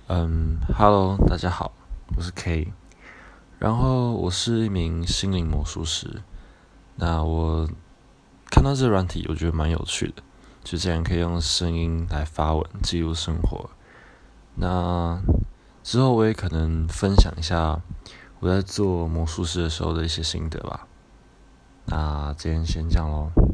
Hello，大家好，我是 K，然后我是一名心灵魔术师。那我看到这个软体，我觉得蛮有趣的，就这样可以用声音来发文记录生活。那之后我也可能分享一下我在做魔术师的时候的一些心得吧。那今天先这样咯。